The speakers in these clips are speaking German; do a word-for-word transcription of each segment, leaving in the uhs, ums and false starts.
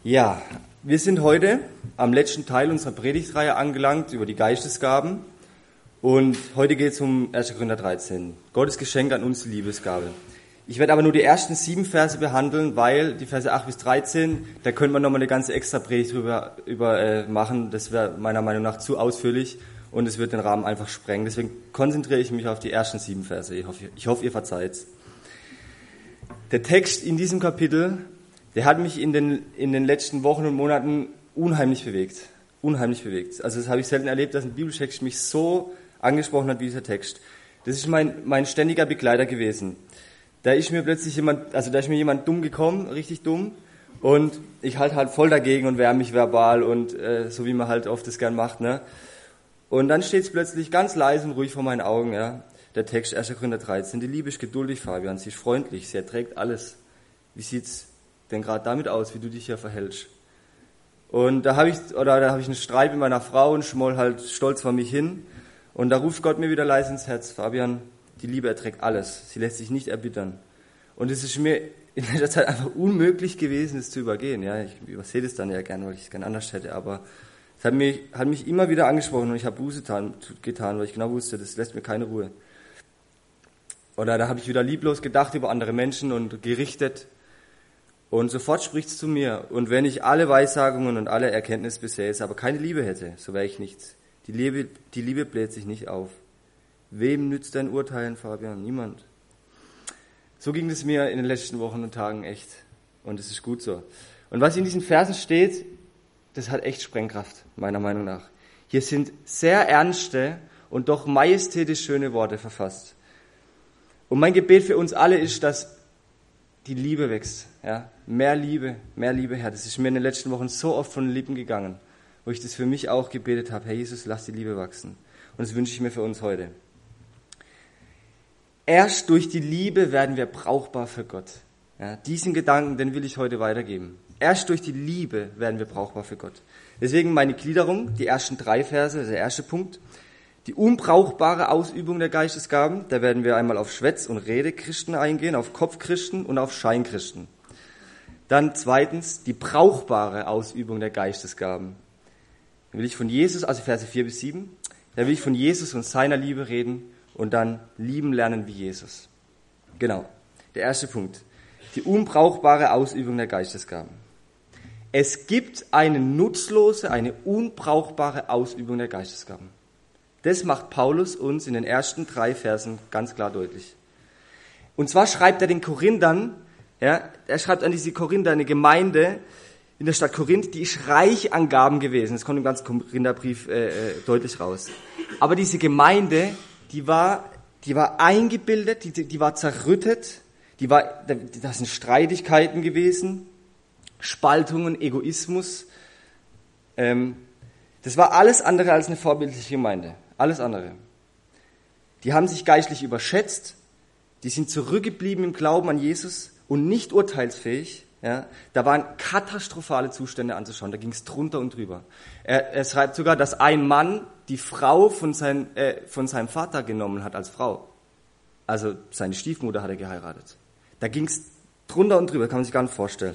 Ja, wir sind heute am letzten Teil unserer Predigtreihe angelangt über die Geistesgaben und heute geht es um erster Korinther dreizehn, Gottes Geschenk an uns, die Liebesgabe. Ich werde aber nur die ersten sieben Verse behandeln, weil die Verse acht bis dreizehn, da könnte man nochmal eine ganze extra Predigt drüber über, äh, machen, das wäre meiner Meinung nach zu ausführlich und es wird den Rahmen einfach sprengen. Deswegen konzentriere ich mich auf die ersten sieben Verse, ich hoffe, ich hoffe ihr verzeiht's. Der Text in diesem Kapitel, der hat mich in den, in den letzten Wochen und Monaten unheimlich bewegt. Unheimlich bewegt. Also das habe ich selten erlebt, dass ein Bibeltext mich so angesprochen hat wie dieser Text. Das ist mein, mein ständiger Begleiter gewesen. Da ist mir plötzlich jemand, also da ist mir jemand dumm gekommen, richtig dumm. Und ich halte halt voll dagegen und wehre mich verbal und äh, so wie man halt oft das gern macht, ne. Und dann steht es plötzlich ganz leise und ruhig vor meinen Augen, ja. Der Text erster Korinther dreizehn. Die Liebe ist geduldig, Fabian. Sie ist freundlich. Sie erträgt alles. Wie sieht's denn gerade damit aus, wie du dich hier verhältst? Und da habe ich, oder da habe ich einen Streit mit meiner Frau und schmoll halt stolz vor mich hin. Und da ruft Gott mir wieder leise ins Herz. Fabian, die Liebe erträgt alles. Sie lässt sich nicht erbittern. Und es ist mir in der Zeit einfach unmöglich gewesen, es zu übergehen. Ja, ich übersehe das dann ja gern, weil ich es gern anders hätte. Aber es hat mich, hat mich immer wieder angesprochen und ich habe Buße getan, getan, weil ich genau wusste, das lässt mir keine Ruhe. Oder da habe ich wieder lieblos gedacht über andere Menschen und gerichtet. Und sofort spricht es zu mir. Und wenn ich alle Weissagungen und alle Erkenntnis besäße, aber keine Liebe hätte, so wäre ich nichts. Die Liebe, die Liebe bläht sich nicht auf. Wem nützt dein Urteilen, Fabian? Niemand. So ging es mir in den letzten Wochen und Tagen echt. Und es ist gut so. Und was in diesen Versen steht, das hat echt Sprengkraft, meiner Meinung nach. Hier sind sehr ernste und doch majestätisch schöne Worte verfasst. Und mein Gebet für uns alle ist, dass die Liebe wächst. Ja? Mehr Liebe, mehr Liebe, Herr. Das ist mir in den letzten Wochen so oft von den Lippen gegangen, wo ich das für mich auch gebetet habe. Herr Jesus, lass die Liebe wachsen. Und das wünsche ich mir für uns heute. Erst durch die Liebe werden wir brauchbar für Gott. Ja, diesen Gedanken, den will ich heute weitergeben. Erst durch die Liebe werden wir brauchbar für Gott. Deswegen meine Gliederung, die ersten drei Verse, der erste Punkt. Die unbrauchbare Ausübung der Geistesgaben, da werden wir einmal auf Schwätz- und Redechristen eingehen, auf Kopfchristen und auf Scheinchristen. Dann zweitens die brauchbare Ausübung der Geistesgaben. Da will ich von Jesus, also Verse vier bis sieben, da will ich von Jesus und seiner Liebe reden und dann lieben lernen wie Jesus. Genau, der erste Punkt. Die unbrauchbare Ausübung der Geistesgaben. Es gibt eine nutzlose, eine unbrauchbare Ausübung der Geistesgaben. Das macht Paulus uns in den ersten drei Versen ganz klar deutlich. Und zwar schreibt er den Korinthern, ja, er schreibt an diese Korinther, eine Gemeinde in der Stadt Korinth, die ist reich an Gaben gewesen. Das kommt im ganzen Korintherbrief äh, deutlich raus. Aber diese Gemeinde, die war, die war eingebildet, die, die war zerrüttet, die war, da sind Streitigkeiten gewesen, Spaltungen, Egoismus. Ähm, das war alles andere als eine vorbildliche Gemeinde. Alles andere. Die haben sich geistlich überschätzt, die sind zurückgeblieben im Glauben an Jesus und nicht urteilsfähig. Ja, da waren katastrophale Zustände anzuschauen, da ging es drunter und drüber. Er, er schreibt sogar, dass ein Mann die Frau von, sein, äh, von seinem Vater genommen hat als Frau. Also seine Stiefmutter hat er geheiratet. Da ging es drunter und drüber, kann man sich gar nicht vorstellen.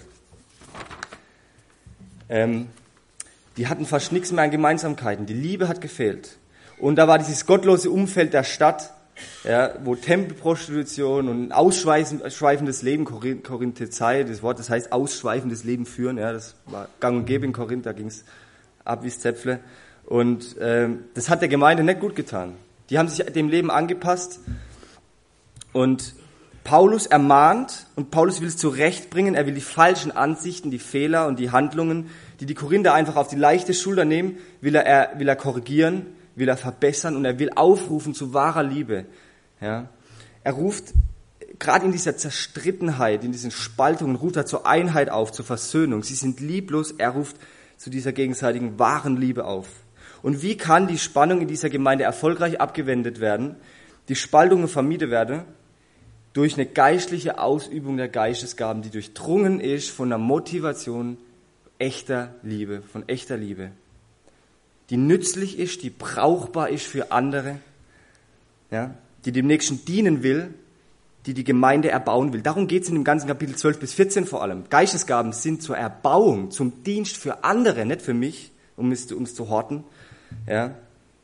Ähm, die hatten fast nichts mehr an Gemeinsamkeiten, die Liebe hat gefehlt. Und da war dieses gottlose Umfeld der Stadt, ja, wo Tempelprostitution und ausschweifendes Leben, Korinthizei, das Wort, das heißt ausschweifendes Leben führen, ja, das war gang und gäbe in Korinth, da ging es ab wie Zäpfle. Und ähm, das hat der Gemeinde nicht gut getan. Die haben sich dem Leben angepasst und Paulus ermahnt und Paulus will es zurechtbringen, er will die falschen Ansichten, die Fehler und die Handlungen, die die Korinther einfach auf die leichte Schulter nehmen, will er, er, will er korrigieren, will er verbessern und er will aufrufen zu wahrer Liebe. Ja. Er ruft gerade in dieser Zerstrittenheit, in diesen Spaltungen, ruft er zur Einheit auf, zur Versöhnung. Sie sind lieblos, er ruft zu dieser gegenseitigen wahren Liebe auf. Und wie kann die Spannung in dieser Gemeinde erfolgreich abgewendet werden, die Spaltungen vermieden werden? Durch eine geistliche Ausübung der Geistesgaben, die durchdrungen ist von der Motivation echter Liebe, von echter Liebe. Die nützlich ist, die brauchbar ist für andere, ja, die dem Nächsten dienen will die die Gemeinde erbauen will. Darum geht es in dem ganzen Kapitel zwölf bis vierzehn vor allem. Geistesgaben sind zur Erbauung, zum Dienst für andere, nicht für mich, um es, um es zu horten. Ja.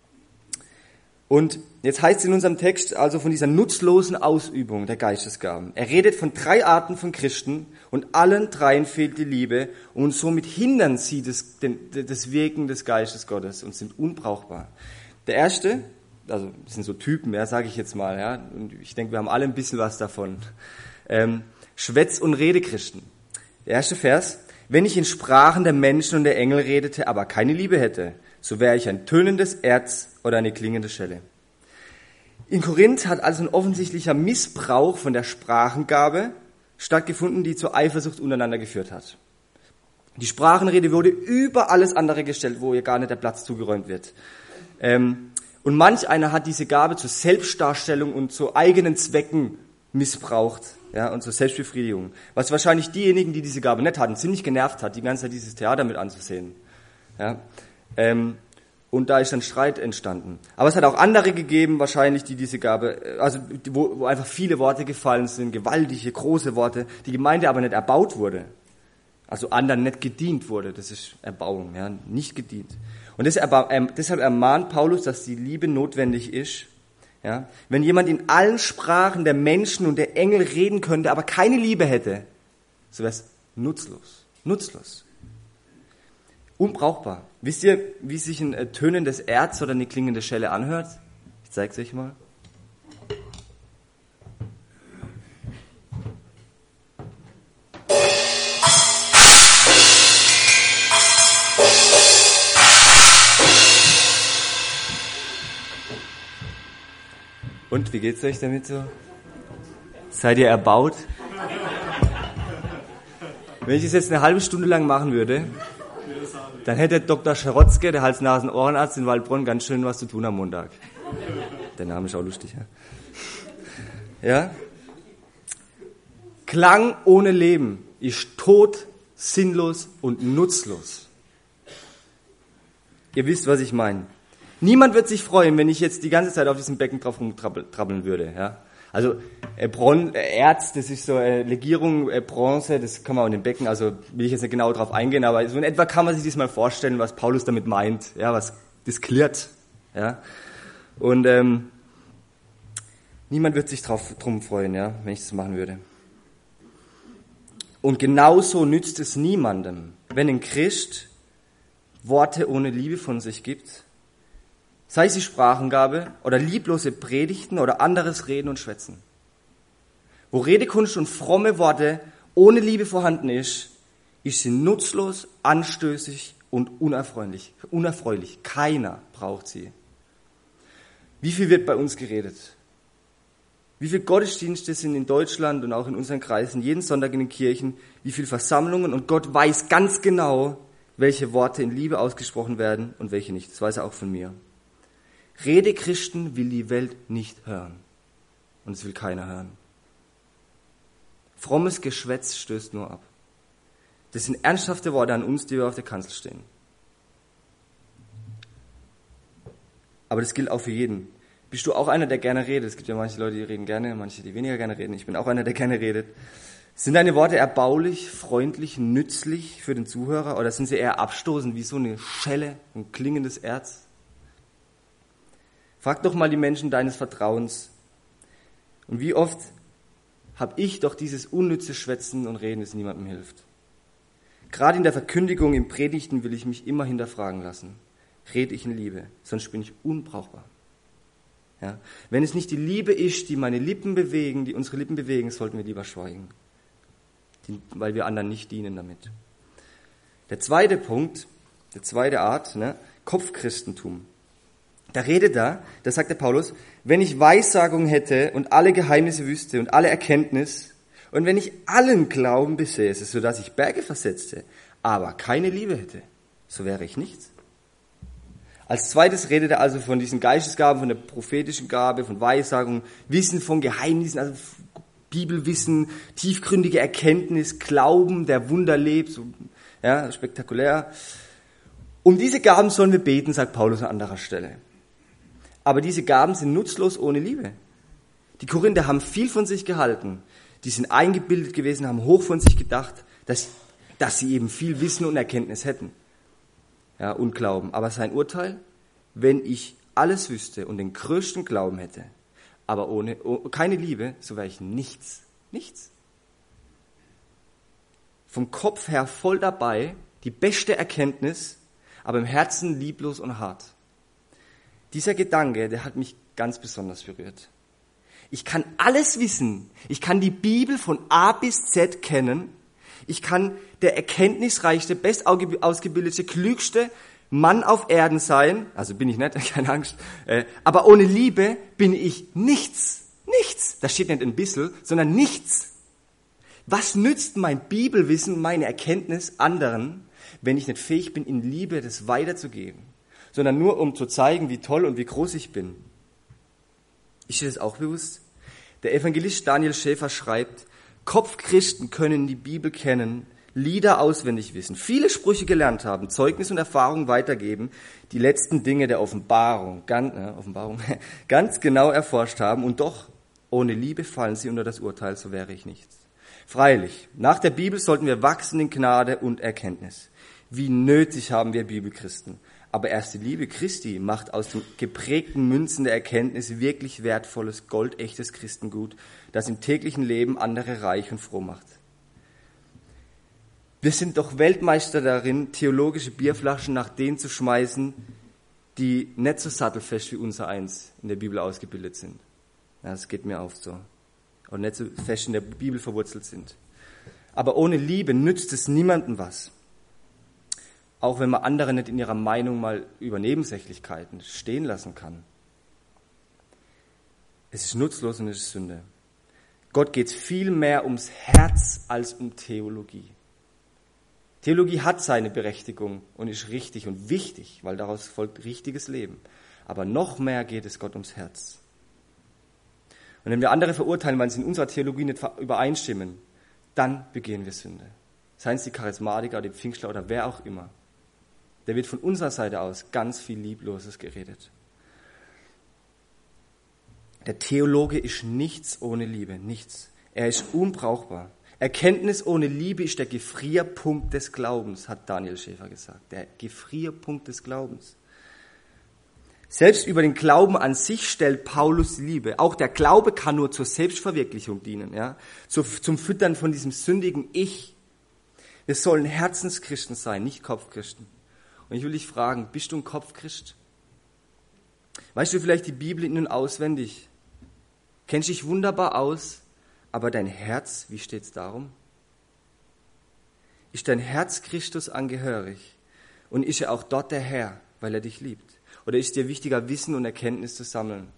Und jetzt heißt es in unserem Text also von dieser nutzlosen Ausübung der Geistesgaben. Er redet von drei Arten von Christen und allen dreien fehlt die Liebe und somit hindern sie das, das Wirken des Geistes Gottes und sind unbrauchbar. Der erste, also das sind so Typen, ja, sage ich jetzt mal, ja, und ich denke, wir haben alle ein bisschen was davon. Ähm, Schwätz- und Redechristen. Der erste Vers: Wenn ich in Sprachen der Menschen und der Engel redete, aber keine Liebe hätte, so wäre ich ein tönendes Erz oder eine klingende Schelle. In Korinth hat also ein offensichtlicher Missbrauch von der Sprachengabe stattgefunden, die zur Eifersucht untereinander geführt hat. Die Sprachenrede wurde über alles andere gestellt, wo ihr gar nicht der Platz zugeräumt wird. Ähm, und manch einer hat diese Gabe zur Selbstdarstellung und zu eigenen Zwecken missbraucht, ja, und zur Selbstbefriedigung. Was wahrscheinlich diejenigen, die diese Gabe nicht hatten, ziemlich genervt hat, die ganze Zeit dieses Theater mit anzusehen. Ja, ähm, und da ist dann Streit entstanden. Aber es hat auch andere gegeben, wahrscheinlich, die diese Gabe, also wo, wo einfach viele Worte gefallen sind, gewaltige, große Worte, die Gemeinde aber nicht erbaut wurde. Also anderen nicht gedient wurde. Das ist Erbauung, ja, nicht gedient. Und deshalb, deshalb ermahnt Paulus, dass die Liebe notwendig ist. Ja, wenn jemand in allen Sprachen der Menschen und der Engel reden könnte, aber keine Liebe hätte, so wäre es nutzlos. Nutzlos. Unbrauchbar. Wisst ihr, wie sich ein äh, tönendes Erz oder eine klingende Schelle anhört? Ich zeige es euch mal. Und, wie geht's euch damit so? Seid ihr erbaut? Wenn ich das jetzt eine halbe Stunde lang machen würde, dann hätte Doktor Scharotzke, der Hals-Nasen-Ohrenarzt in Waldbronn, ganz schön was zu tun am Montag. Der Name ist auch lustig, ja? Ja? Klang ohne Leben ist tot, sinnlos und nutzlos. Ihr wisst, was ich meine. Niemand wird sich freuen, wenn ich jetzt die ganze Zeit auf diesem Becken drauf rumtrabbeln würde, ja? Also äh, Bron, äh, Erz, das ist so äh, Legierung, äh, Bronze, das kann man auch in den Becken, also will ich jetzt nicht genau drauf eingehen, aber so in etwa kann man sich das mal vorstellen, was Paulus damit meint, ja, was das klirrt, ja. Und ähm, niemand wird sich drauf, drum freuen, ja, wenn ich das machen würde. Und genauso nützt es niemandem, wenn ein Christ Worte ohne Liebe von sich gibt, sei es die Sprachengabe oder lieblose Predigten oder anderes Reden und Schwätzen. Wo Redekunst und fromme Worte ohne Liebe vorhanden ist, ist sie nutzlos, anstößig und unerfreulich. Unerfreulich. Keiner braucht sie. Wie viel wird bei uns geredet? Wie viele Gottesdienste sind in Deutschland und auch in unseren Kreisen jeden Sonntag in den Kirchen? Wie viele Versammlungen? Und Gott weiß ganz genau, welche Worte in Liebe ausgesprochen werden und welche nicht. Das weiß er auch von mir. Redechristen will die Welt nicht hören. Und es will keiner hören. Frommes Geschwätz stößt nur ab. Das sind ernsthafte Worte an uns, die wir auf der Kanzel stehen. Aber das gilt auch für jeden. Bist du auch einer, der gerne redet? Es gibt ja manche Leute, die reden gerne, manche, die weniger gerne reden. Ich bin auch einer, der gerne redet. Sind deine Worte erbaulich, freundlich, nützlich für den Zuhörer? Oder sind sie eher abstoßend, wie so eine Schelle, ein klingendes Erz? Frag doch mal die Menschen deines Vertrauens. Und wie oft habe ich doch dieses unnütze Schwätzen und Reden, das niemandem hilft. Gerade in der Verkündigung, im Predigten will ich mich immer hinterfragen lassen. Rede ich in Liebe, sonst bin ich unbrauchbar. Ja? Wenn es nicht die Liebe ist, die meine Lippen bewegen, die unsere Lippen bewegen, sollten wir lieber schweigen. Die, weil wir anderen nicht dienen damit. Der zweite Punkt, der zweite Art, ne? Kopfchristentum. Da redet er, da sagt der Paulus, wenn ich Weissagung hätte und alle Geheimnisse wüsste und alle Erkenntnis und wenn ich allen Glauben besäße, sodass ich Berge versetzte, aber keine Liebe hätte, so wäre ich nichts. Als zweites redet er also von diesen Geistesgaben, von der prophetischen Gabe, von Weissagung, Wissen von Geheimnissen, also Bibelwissen, tiefgründige Erkenntnis, Glauben, der Wunder lebt, so, ja, spektakulär. Um diese Gaben sollen wir beten, sagt Paulus an anderer Stelle. Aber diese Gaben sind nutzlos ohne Liebe. Die Korinther haben viel von sich gehalten. Die sind eingebildet gewesen, haben hoch von sich gedacht, dass, dass sie eben viel Wissen und Erkenntnis hätten. Ja, und Glauben. Aber sein Urteil, wenn ich alles wüsste und den größten Glauben hätte, aber ohne oh, keine Liebe, so wäre ich nichts. Nichts. Vom Kopf her voll dabei, die beste Erkenntnis, aber im Herzen lieblos und hart. Dieser Gedanke, der hat mich ganz besonders berührt. Ich kann alles wissen. Ich kann die Bibel von A bis Z kennen. Ich kann der erkenntnisreichste, bestausgebildete, klügste Mann auf Erden sein. Also bin ich nicht, keine Angst. Aber ohne Liebe bin ich nichts. Nichts. Da steht nicht ein bisschen, sondern nichts. Was nützt mein Bibelwissen, meine Erkenntnis anderen, wenn ich nicht fähig bin, in Liebe das weiterzugeben? Sondern nur, um zu zeigen, wie toll und wie groß ich bin. Ist dir das auch bewusst? Der Evangelist Daniel Schäfer schreibt, Kopfchristen können die Bibel kennen, Lieder auswendig wissen, viele Sprüche gelernt haben, Zeugnis und Erfahrung weitergeben, die letzten Dinge der Offenbarung ganz, äh, Offenbarung, ganz genau erforscht haben und doch ohne Liebe fallen sie unter das Urteil, so wäre ich nichts. Freilich, nach der Bibel sollten wir wachsen in Gnade und Erkenntnis. Wie nötig haben wir Bibelchristen. Aber erst die Liebe Christi macht aus den geprägten Münzen der Erkenntnis wirklich wertvolles, goldechtes Christengut, das im täglichen Leben andere reich und froh macht. Wir sind doch Weltmeister darin, theologische Bierflaschen nach denen zu schmeißen, die nicht so sattelfest wie unser eins in der Bibel ausgebildet sind. Ja, das geht mir oft so. Und nicht so fest in der Bibel verwurzelt sind. Aber ohne Liebe nützt es niemandem was. Auch wenn man andere nicht in ihrer Meinung mal über Nebensächlichkeiten stehen lassen kann. Es ist nutzlos und es ist Sünde. Gott geht viel mehr ums Herz als um Theologie. Theologie hat seine Berechtigung und ist richtig und wichtig, weil daraus folgt richtiges Leben. Aber noch mehr geht es Gott ums Herz. Und wenn wir andere verurteilen, weil sie in unserer Theologie nicht übereinstimmen, dann begehen wir Sünde. Seien es die Charismatiker, die Pfingstler oder wer auch immer. Da wird von unserer Seite aus ganz viel Liebloses geredet. Der Theologe ist nichts ohne Liebe, nichts. Er ist unbrauchbar. Erkenntnis ohne Liebe ist der Gefrierpunkt des Glaubens, hat Daniel Schäfer gesagt. Der Gefrierpunkt des Glaubens. Selbst über den Glauben an sich stellt Paulus Liebe. Auch der Glaube kann nur zur Selbstverwirklichung dienen, ja, zum Füttern von diesem sündigen Ich. Wir sollen Herzenschristen sein, nicht Kopfchristen. Und ich will dich fragen, bist du ein Kopfchrist? Weißt du vielleicht die Bibel in- und auswendig? Kennst dich wunderbar aus, aber dein Herz, wie steht's darum? Ist dein Herz Christus angehörig? Und ist er auch dort der Herr, weil er dich liebt? Oder ist dir wichtiger, Wissen und Erkenntnis zu sammeln,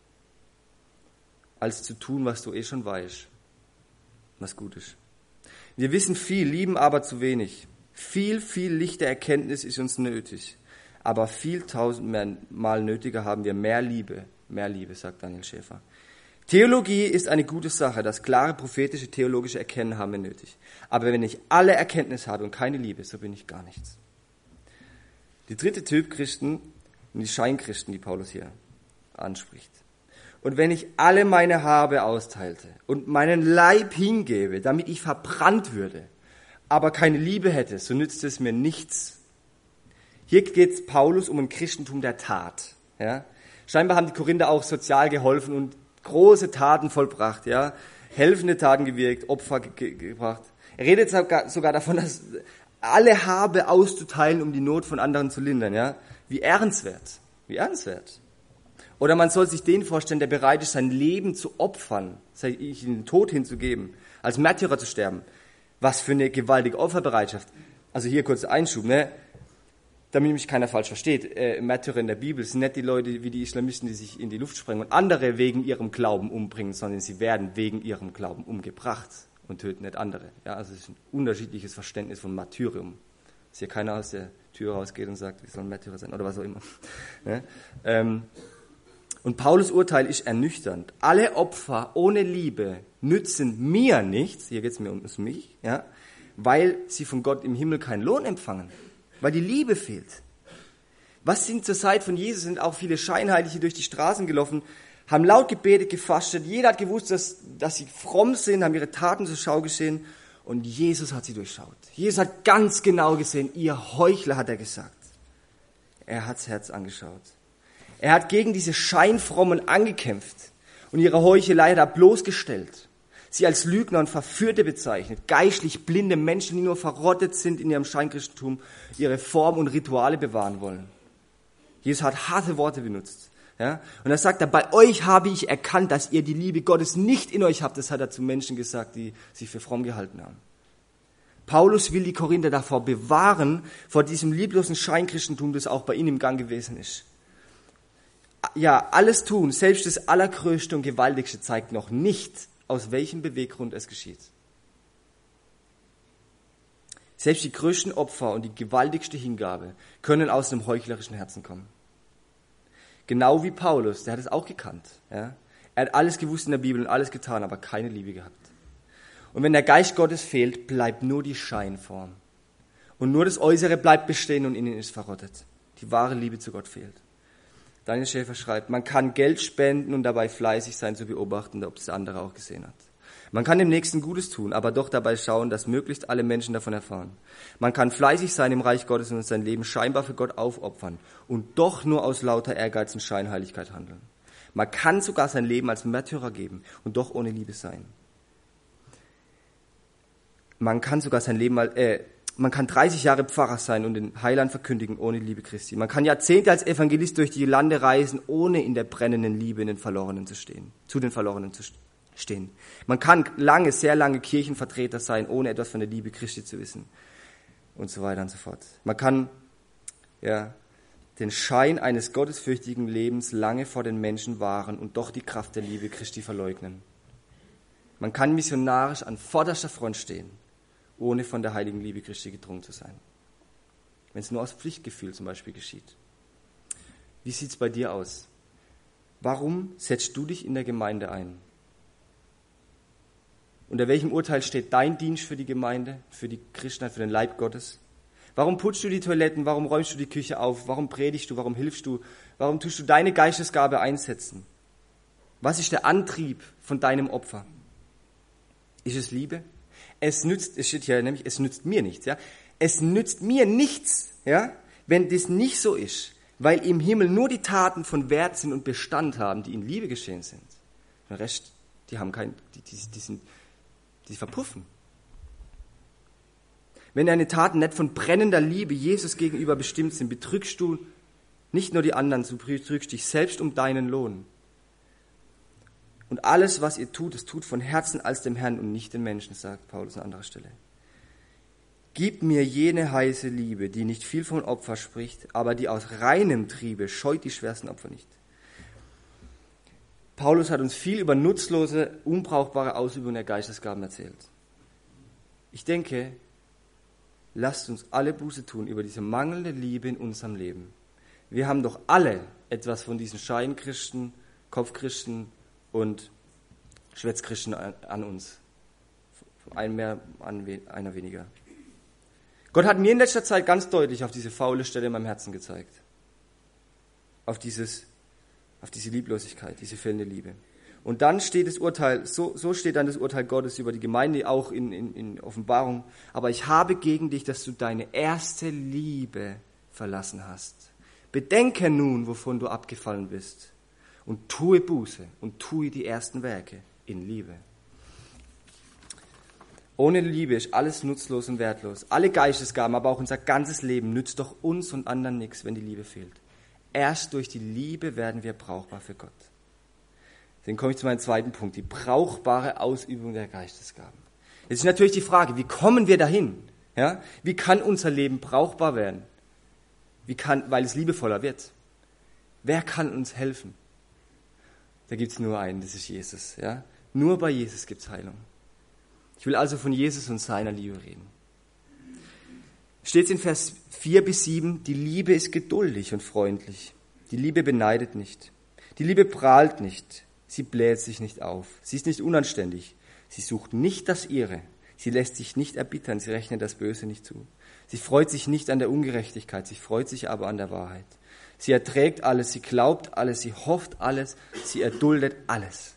als zu tun, was du eh schon weißt, was gut ist? Wir wissen viel, lieben aber zu wenig. Viel, viel Licht der Erkenntnis ist uns nötig. Aber viel tausendmal nötiger haben wir mehr Liebe. Mehr Liebe, sagt Daniel Schäfer. Theologie ist eine gute Sache. Das klare prophetische, theologische Erkennen haben wir nötig. Aber wenn ich alle Erkenntnis habe und keine Liebe, so bin ich gar nichts. Die dritte Typ Christen, die Scheinchristen, die Paulus hier anspricht. Und wenn ich alle meine Habe austeilte und meinen Leib hingebe, damit ich verbrannt würde, aber keine Liebe hätte, so nützt es mir nichts. Hier geht es Paulus um ein Christentum der Tat. Ja? Scheinbar haben die Korinther auch sozial geholfen und große Taten vollbracht, ja? Helfende Taten gewirkt, Opfer ge- gebracht. Er redet sogar, sogar davon, dass alle Habe auszuteilen, um die Not von anderen zu lindern. Ja? Wie ehrenswert, wie ehrenswert. Oder man soll sich den vorstellen, der bereit ist, sein Leben zu opfern, in den Tod hinzugeben, als Märtyrer zu sterben. Was für eine gewaltige Opferbereitschaft. Also hier kurz Einschub, ne? Damit mich keiner falsch versteht. Äh, Märtyrer in der Bibel sind nicht die Leute wie die Islamisten, die sich in die Luft sprengen und andere wegen ihrem Glauben umbringen, sondern sie werden wegen ihrem Glauben umgebracht und töten nicht andere. Ja, also es ist ein unterschiedliches Verständnis von Martyrium. Dass hier keiner aus der Tür rausgeht und sagt, wir sollen Märtyrer sein oder was auch immer. Ne? Ähm, und Paulus' Urteil ist ernüchternd. Alle Opfer ohne Liebe nützen mir nichts, hier geht es mir um mich, ja, weil sie von Gott im Himmel keinen Lohn empfangen, weil die Liebe fehlt. Was sind zur Zeit von Jesus, sind auch viele Scheinheilige durch die Straßen gelaufen, haben laut gebetet, gefastet. Jeder hat gewusst, dass, dass sie fromm sind, haben ihre Taten zur Schau gesehen. Und Jesus hat sie durchschaut. Jesus hat ganz genau gesehen, ihr Heuchler, hat er gesagt. Er hat das Herz angeschaut. Er hat gegen diese Scheinfrommen angekämpft und ihre Heuchelei da bloßgestellt. Sie als Lügner und Verführte bezeichnet, geistlich blinde Menschen, die nur verrottet sind in ihrem Scheinchristentum, ihre Form und Rituale bewahren wollen. Jesus hat harte Worte benutzt. Ja? Und er sagt, bei euch habe ich erkannt, dass ihr die Liebe Gottes nicht in euch habt. Das hat er zu Menschen gesagt, die sich für fromm gehalten haben. Paulus will die Korinther davor bewahren, vor diesem lieblosen Scheinchristentum, das auch bei ihnen im Gang gewesen ist. Ja, alles tun, selbst das Allergrößte und Gewaltigste, zeigt noch nicht, aus welchem Beweggrund es geschieht. Selbst die größten Opfer und die gewaltigste Hingabe können aus einem heuchlerischen Herzen kommen. Genau wie Paulus, der hat es auch gekannt. Ja? Er hat alles gewusst in der Bibel und alles getan, aber keine Liebe gehabt. Und wenn der Geist Gottes fehlt, bleibt nur die Scheinform. Und nur das Äußere bleibt bestehen und innen ist verrottet. Die wahre Liebe zu Gott fehlt. Daniel Schäfer schreibt, man kann Geld spenden und dabei fleißig sein zu beobachten, ob es der andere auch gesehen hat. Man kann dem Nächsten Gutes tun, aber doch dabei schauen, dass möglichst alle Menschen davon erfahren. Man kann fleißig sein im Reich Gottes und sein Leben scheinbar für Gott aufopfern und doch nur aus lauter Ehrgeiz und Scheinheiligkeit handeln. Man kann sogar sein Leben als Märtyrer geben und doch ohne Liebe sein. Man kann sogar sein Leben mal, äh, man kann dreißig Jahre Pfarrer sein und den Heiland verkündigen ohne Liebe Christi. Man kann Jahrzehnte als Evangelist durch die Lande reisen, ohne in der brennenden Liebe in den Verlorenen zu stehen, zu den Verlorenen zu stehen. Man kann lange, sehr lange Kirchenvertreter sein, ohne etwas von der Liebe Christi zu wissen. Und so weiter und so fort. Man kann, ja, den Schein eines gottesfürchtigen Lebens lange vor den Menschen wahren und doch die Kraft der Liebe Christi verleugnen. Man kann missionarisch an vorderster Front stehen, ohne von der heiligen Liebe Christi gedrungen zu sein. Wenn es nur aus Pflichtgefühl zum Beispiel geschieht. Wie sieht es bei dir aus? Warum setzt du dich in der Gemeinde ein? Unter welchem Urteil steht dein Dienst für die Gemeinde, für die Christenheit, für den Leib Gottes? Warum putzt du die Toiletten? Warum räumst du die Küche auf? Warum predigst du? Warum hilfst du? Warum tust du deine Geistesgabe einsetzen? Was ist der Antrieb von deinem Opfer? Ist es Liebe? Es nützt, es steht hier nämlich, es nützt mir nichts, ja. Es nützt mir nichts, ja, wenn das nicht so ist, weil im Himmel nur die Taten von Wert sind und Bestand haben, die in Liebe geschehen sind. Der Rest, die haben kein, die, die, die sind, die verpuffen. Wenn deine Taten nicht von brennender Liebe Jesus gegenüber bestimmt sind, betrügst du nicht nur die anderen, du betrügst dich selbst um deinen Lohn. Und alles, was ihr tut, es tut von Herzen als dem Herrn und nicht den Menschen, sagt Paulus an anderer Stelle. Gib mir jene heiße Liebe, die nicht viel von Opfer spricht, aber die aus reinem Triebe scheut die schwersten Opfer nicht. Paulus hat uns viel über nutzlose, unbrauchbare Ausübung der Geistesgaben erzählt. Ich denke, lasst uns alle Buße tun über diese mangelnde Liebe in unserem Leben. Wir haben doch alle etwas von diesen Scheinchristen, Kopfchristen und Schwätzchristen an, an uns. Ein mehr, an we, einer weniger. Gott hat mir in letzter Zeit ganz deutlich auf diese faule Stelle in meinem Herzen gezeigt. Auf dieses, auf diese Lieblosigkeit, diese fehlende Liebe. Und dann steht das Urteil, so, so steht dann das Urteil Gottes über die Gemeinde, auch in, in, in Offenbarung. Aber ich habe gegen dich, dass du deine erste Liebe verlassen hast. Bedenke nun, wovon du abgefallen bist. Und tue Buße und tue die ersten Werke in Liebe. Ohne Liebe ist alles nutzlos und wertlos. Alle Geistesgaben, aber auch unser ganzes Leben nützt doch uns und anderen nichts, wenn die Liebe fehlt. Erst durch die Liebe werden wir brauchbar für Gott. Dann komme ich zu meinem zweiten Punkt, die brauchbare Ausübung der Geistesgaben. Jetzt ist natürlich die Frage, wie kommen wir dahin? Ja? Wie kann unser Leben brauchbar werden? Wie kann, weil es liebevoller wird. Wer kann uns helfen? Da gibt es nur einen, das ist Jesus. Ja? Nur bei Jesus gibt es Heilung. Ich will also von Jesus und seiner Liebe reden. Steht in Vers vier bis sieben, die Liebe ist geduldig und freundlich. Die Liebe beneidet nicht. Die Liebe prahlt nicht. Sie bläht sich nicht auf. Sie ist nicht unanständig. Sie sucht nicht das Ihre. Sie lässt sich nicht erbittern. Sie rechnet das Böse nicht zu. Sie freut sich nicht an der Ungerechtigkeit. Sie freut sich aber an der Wahrheit. Sie erträgt alles, sie glaubt alles, sie hofft alles, sie erduldet alles.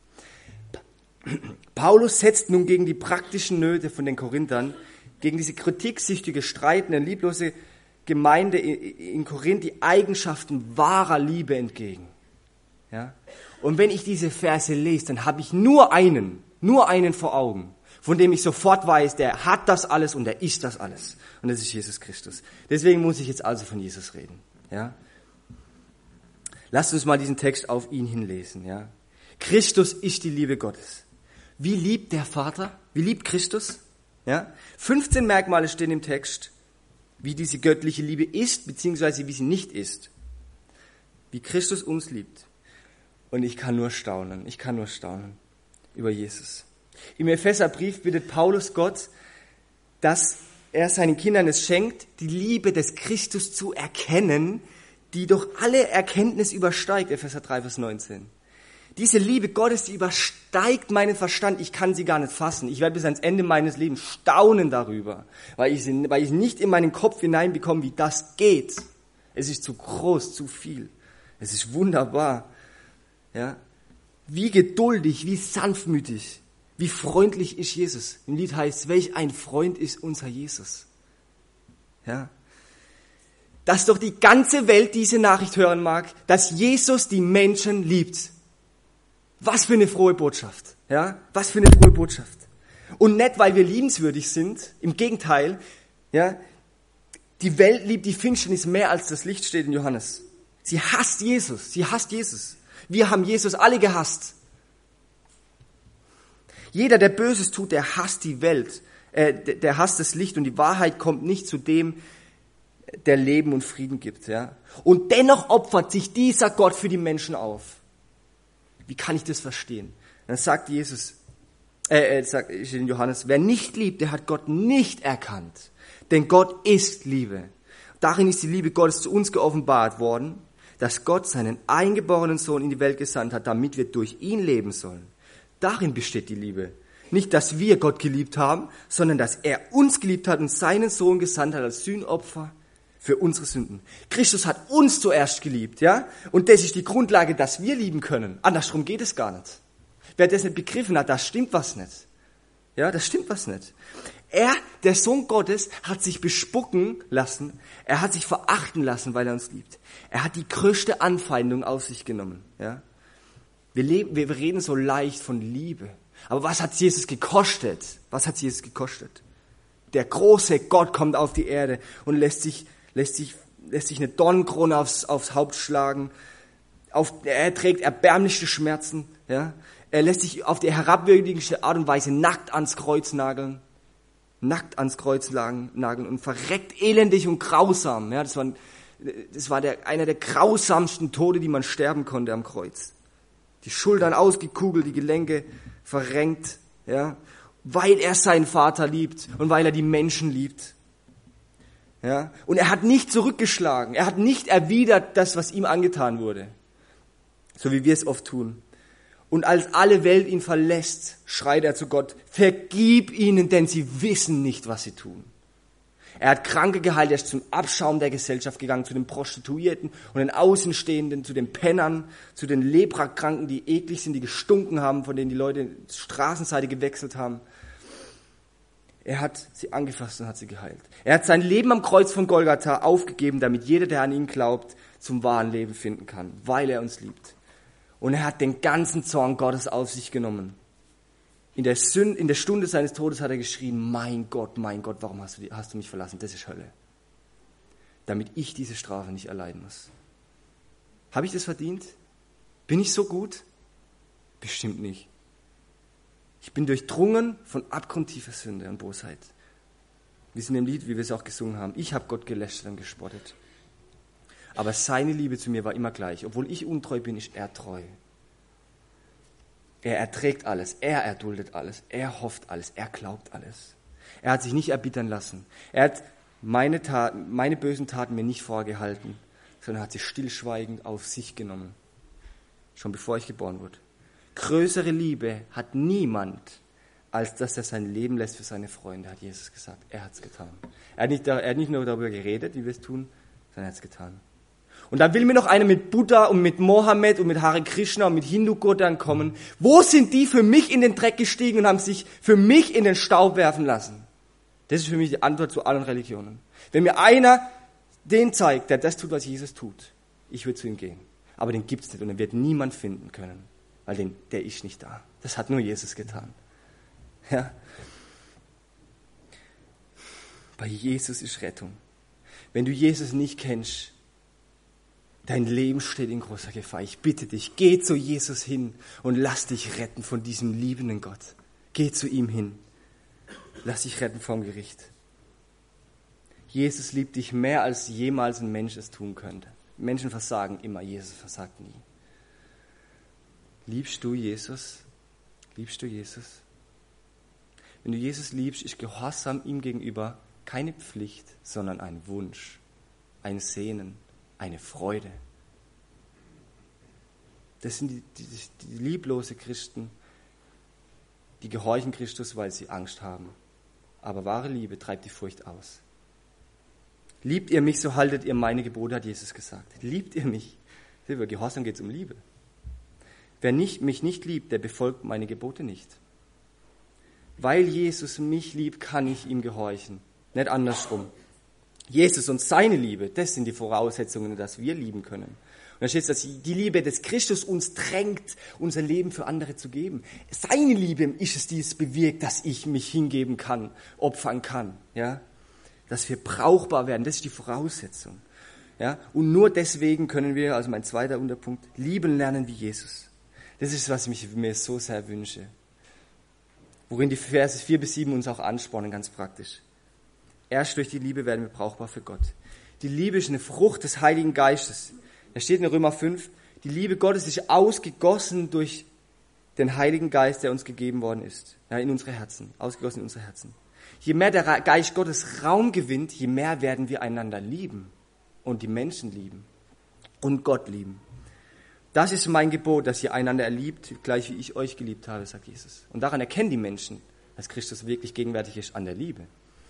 Paulus setzt nun gegen die praktischen Nöte von den Korinthern, gegen diese kritiksüchtige, streitende, lieblose Gemeinde in Korinth die Eigenschaften wahrer Liebe entgegen. Ja? Und wenn ich diese Verse lese, dann habe ich nur einen, nur einen vor Augen, von dem ich sofort weiß, der hat das alles und der ist das alles. Und das ist Jesus Christus. Deswegen muss ich jetzt also von Jesus reden. Ja? Lasst uns mal diesen Text auf ihn hinlesen. Ja? Christus ist die Liebe Gottes. Wie liebt der Vater? Wie liebt Christus? Ja? fünfzehn Merkmale stehen im Text, wie diese göttliche Liebe ist, beziehungsweise wie sie nicht ist. Wie Christus uns liebt. Und ich kann nur staunen, ich kann nur staunen über Jesus. Im Epheserbrief bittet Paulus Gott, dass er seinen Kindern es schenkt, die Liebe des Christus zu erkennen, die durch alle Erkenntnis übersteigt, Epheser drei, Vers neunzehn. Diese Liebe Gottes, die übersteigt meinen Verstand, ich kann sie gar nicht fassen. Ich werde bis ans Ende meines Lebens staunen darüber, weil ich, sie, weil ich nicht in meinen Kopf hineinbekomme, wie das geht. Es ist zu groß, zu viel. Es ist wunderbar. Ja? Wie geduldig, wie sanftmütig, wie freundlich ist Jesus. Im Lied heißt es, welch ein Freund ist unser Jesus. Ja? Dass doch die ganze Welt diese Nachricht hören mag, dass Jesus die Menschen liebt. Was für eine frohe Botschaft, ja? Was für eine frohe Botschaft. Und nicht, weil wir liebenswürdig sind, im Gegenteil, ja? Die Welt liebt die Finsternis mehr als das Licht, steht in Johannes. Sie hasst Jesus, sie hasst Jesus. Wir haben Jesus alle gehasst. Jeder, der Böses tut, der hasst die Welt, äh, der hasst das Licht und die Wahrheit kommt nicht zu dem, der Leben und Frieden gibt, ja? Und dennoch opfert sich dieser Gott für die Menschen auf. Wie kann ich das verstehen? Dann sagt Jesus, äh, äh sagt in Johannes, wer nicht liebt, der hat Gott nicht erkannt. Denn Gott ist Liebe. Darin ist die Liebe Gottes zu uns geoffenbart worden, dass Gott seinen eingeborenen Sohn in die Welt gesandt hat, damit wir durch ihn leben sollen. Darin besteht die Liebe. Nicht, dass wir Gott geliebt haben, sondern dass er uns geliebt hat und seinen Sohn gesandt hat als Sühnopfer für unsere Sünden. Christus hat uns zuerst geliebt, ja? Und das ist die Grundlage, dass wir lieben können. Andersrum geht es gar nicht. Wer das nicht begriffen hat, da stimmt was nicht. Ja, das stimmt was nicht. Er, der Sohn Gottes, hat sich bespucken lassen. Er hat sich verachten lassen, weil er uns liebt. Er hat die größte Anfeindung auf sich genommen, ja? Wir leben, wir reden so leicht von Liebe. Aber was hat Jesus gekostet? Was hat Jesus gekostet? Der große Gott kommt auf die Erde und lässt sich lässt sich, lässt sich eine Dornenkrone aufs, aufs Haupt schlagen, auf, er trägt erbärmliche Schmerzen, ja? Er lässt sich auf die herabwürdigste Art und Weise nackt ans Kreuz nageln, nackt ans Kreuz nageln und verreckt elendig und grausam. Ja? Das war, das war der, einer der grausamsten Tode, die man sterben konnte am Kreuz. Die Schultern ausgekugelt, die Gelenke verrenkt, ja? Weil er seinen Vater liebt und weil er die Menschen liebt. Ja, und er hat nicht zurückgeschlagen, er hat nicht erwidert das, was ihm angetan wurde, so wie wir es oft tun. Und als alle Welt ihn verlässt, schreit er zu Gott, vergib ihnen, denn sie wissen nicht, was sie tun. Er hat Kranke geheilt, er ist zum Abschaum der Gesellschaft gegangen, zu den Prostituierten und den Außenstehenden, zu den Pennern, zu den Leprakranken, die eklig sind, die gestunken haben, von denen die Leute Straßenseite gewechselt haben. Er hat sie angefasst und hat sie geheilt. Er hat sein Leben am Kreuz von Golgatha aufgegeben, damit jeder, der an ihn glaubt, zum wahren Leben finden kann, weil er uns liebt. Und er hat den ganzen Zorn Gottes auf sich genommen. In der, Sünde, in der Stunde seines Todes hat er geschrien, mein Gott, mein Gott, warum hast du, hast du mich verlassen? Das ist Hölle. Damit ich diese Strafe nicht erleiden muss. Habe ich das verdient? Bin ich so gut? Bestimmt nicht. Ich bin durchdrungen von abgrundtiefer Sünde und Bosheit. Wir sind im Lied, wie wir es auch gesungen haben. Ich habe Gott gelästert und gespottet. Aber seine Liebe zu mir war immer gleich. Obwohl ich untreu bin, ist er treu. Er erträgt alles, er erduldet alles, er hofft alles, er glaubt alles. Er hat sich nicht erbittern lassen. Er hat meine, Taten, meine bösen Taten mir nicht vorgehalten, sondern hat sie stillschweigend auf sich genommen. Schon bevor ich geboren wurde. Größere Liebe hat niemand, als dass er sein Leben lässt für seine Freunde, hat Jesus gesagt. Er hat es getan. Er hat, nicht, er hat nicht nur darüber geredet, wie wir es tun, sondern er hat es getan. Und dann will mir noch einer mit Buddha und mit Mohammed und mit Hare Krishna und mit Hindu-Göttern kommen. Wo sind die für mich in den Dreck gestiegen und haben sich für mich in den Staub werfen lassen? Das ist für mich die Antwort zu allen Religionen. Wenn mir einer den zeigt, der das tut, was Jesus tut, ich würde zu ihm gehen. Aber den gibt's nicht und den wird niemand finden können, weil den, der ist nicht da. Das hat nur Jesus getan. Ja. Bei Jesus ist Rettung. Wenn du Jesus nicht kennst, dein Leben steht in großer Gefahr. Ich bitte dich, geh zu Jesus hin und lass dich retten von diesem liebenden Gott. Geh zu ihm hin. Lass dich retten vom Gericht. Jesus liebt dich mehr, als jemals ein Mensch es tun könnte. Menschen versagen immer, Jesus versagt nie. Liebst du Jesus? Liebst du Jesus? Wenn du Jesus liebst, ist Gehorsam ihm gegenüber keine Pflicht, sondern ein Wunsch, ein Sehnen, eine Freude. Das sind die, die, die lieblose Christen, die gehorchen Christus, weil sie Angst haben. Aber wahre Liebe treibt die Furcht aus. Liebt ihr mich, so haltet ihr meine Gebote, hat Jesus gesagt. Liebt ihr mich? Über Gehorsam geht es um Liebe. Wer nicht, mich nicht liebt, der befolgt meine Gebote nicht. Weil Jesus mich liebt, kann ich ihm gehorchen. Nicht andersrum. Jesus und seine Liebe, das sind die Voraussetzungen, dass wir lieben können. Und da steht, dass die Liebe des Christus uns drängt, unser Leben für andere zu geben. Seine Liebe ist es, die es bewirkt, dass ich mich hingeben kann, opfern kann. Ja? Dass wir brauchbar werden, das ist die Voraussetzung. Ja? Und nur deswegen können wir, also mein zweiter Unterpunkt, lieben lernen wie Jesus. Das ist, was ich mir so sehr wünsche. Worin die Verse vier bis sieben uns auch anspornen, ganz praktisch. Erst durch die Liebe werden wir brauchbar für Gott. Die Liebe ist eine Frucht des Heiligen Geistes. Da steht in Römer fünf, die Liebe Gottes ist ausgegossen durch den Heiligen Geist, der uns gegeben worden ist. Ja, in unsere Herzen, ausgegossen in unsere Herzen. Je mehr der Geist Gottes Raum gewinnt, je mehr werden wir einander lieben und die Menschen lieben und Gott lieben. Das ist mein Gebot, dass ihr einander erliebt, gleich wie ich euch geliebt habe, sagt Jesus. Und daran erkennen die Menschen, dass Christus wirklich gegenwärtig ist an der Liebe.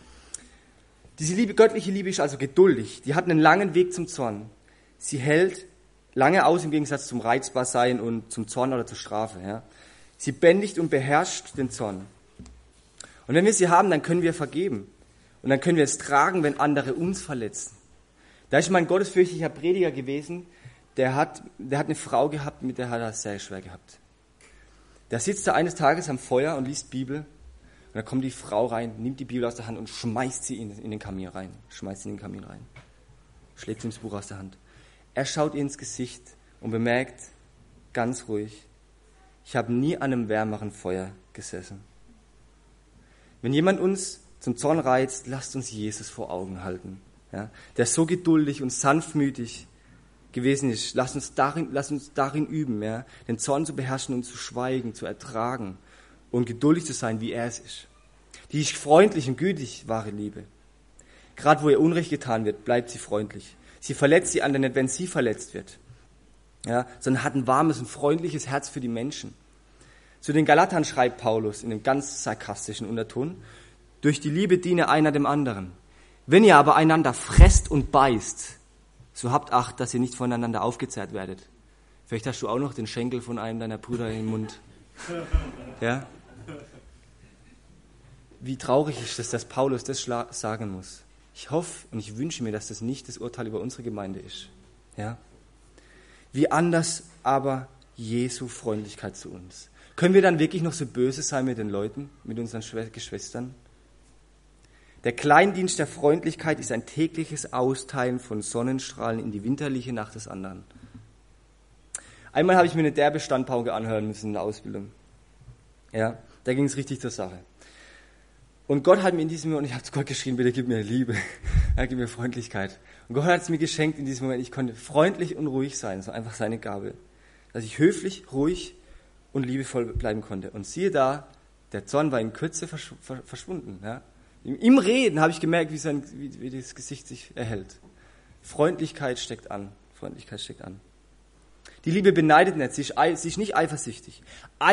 Diese Liebe, göttliche Liebe ist also geduldig. Die hat einen langen Weg zum Zorn. Sie hält lange aus im Gegensatz zum Reizbarsein und zum Zorn oder zur Strafe. Ja. Sie bändigt und beherrscht den Zorn. Und wenn wir sie haben, dann können wir vergeben. Und dann können wir es tragen, wenn andere uns verletzen. Da ist mein gottesfürchtiger Prediger gewesen, der hat, der hat eine Frau gehabt, mit der hat er es sehr schwer gehabt. Der sitzt da eines Tages am Feuer und liest Bibel. Und dann kommt die Frau rein, nimmt die Bibel aus der Hand und schmeißt sie in, in den Kamin rein. Schmeißt sie in den Kamin rein. Schlägt ihm das Buch aus der Hand. Er schaut ihr ins Gesicht und bemerkt ganz ruhig, ich habe nie an einem wärmeren Feuer gesessen. Wenn jemand uns zum Zorn reizt, lasst uns Jesus vor Augen halten, ja, der so geduldig und sanftmütig gewesen ist. Lasst uns darin, lasst uns darin üben, ja, den Zorn zu beherrschen und zu schweigen, zu ertragen und geduldig zu sein, wie er es ist. Die ist freundlich und gütig, wahre Liebe. Gerade wo ihr Unrecht getan wird, bleibt sie freundlich. Sie verletzt die anderen nicht, wenn sie verletzt wird, ja, sondern hat ein warmes und freundliches Herz für die Menschen. Zu den Galatern schreibt Paulus in einem ganz sarkastischen Unterton, durch die Liebe diene einer dem anderen. Wenn ihr aber einander fresst und beißt, so habt Acht, dass ihr nicht voneinander aufgezehrt werdet. Vielleicht hast du auch noch den Schenkel von einem deiner Brüder im Mund. Ja? Wie traurig ist es, dass Paulus das sagen muss. Ich hoffe und ich wünsche mir, dass das nicht das Urteil über unsere Gemeinde ist. Ja? Wie anders aber Jesu Freundlichkeit zu uns. Können wir dann wirklich noch so böse sein mit den Leuten, mit unseren Geschwistern? Der Kleindienst der Freundlichkeit ist ein tägliches Austeilen von Sonnenstrahlen in die winterliche Nacht des anderen. Einmal habe ich mir eine derbe Standpauke anhören müssen in der Ausbildung. Ja, da ging es richtig zur Sache. Und Gott hat mir in diesem Moment, und ich habe zu Gott geschrien, bitte gib mir Liebe, ja, gib mir Freundlichkeit. Und Gott hat es mir geschenkt in diesem Moment, ich konnte freundlich und ruhig sein, so einfach seine Gabe. Dass ich höflich, ruhig und liebevoll bleiben konnte. Und siehe da, der Zorn war in Kürze versch- verschwunden. Ja. Im Reden habe ich gemerkt, wie, sein, wie, wie das Gesicht sich erhält. Freundlichkeit steckt an. Freundlichkeit steckt an. Die Liebe beneidet nicht, sie ist, sie ist nicht eifersüchtig.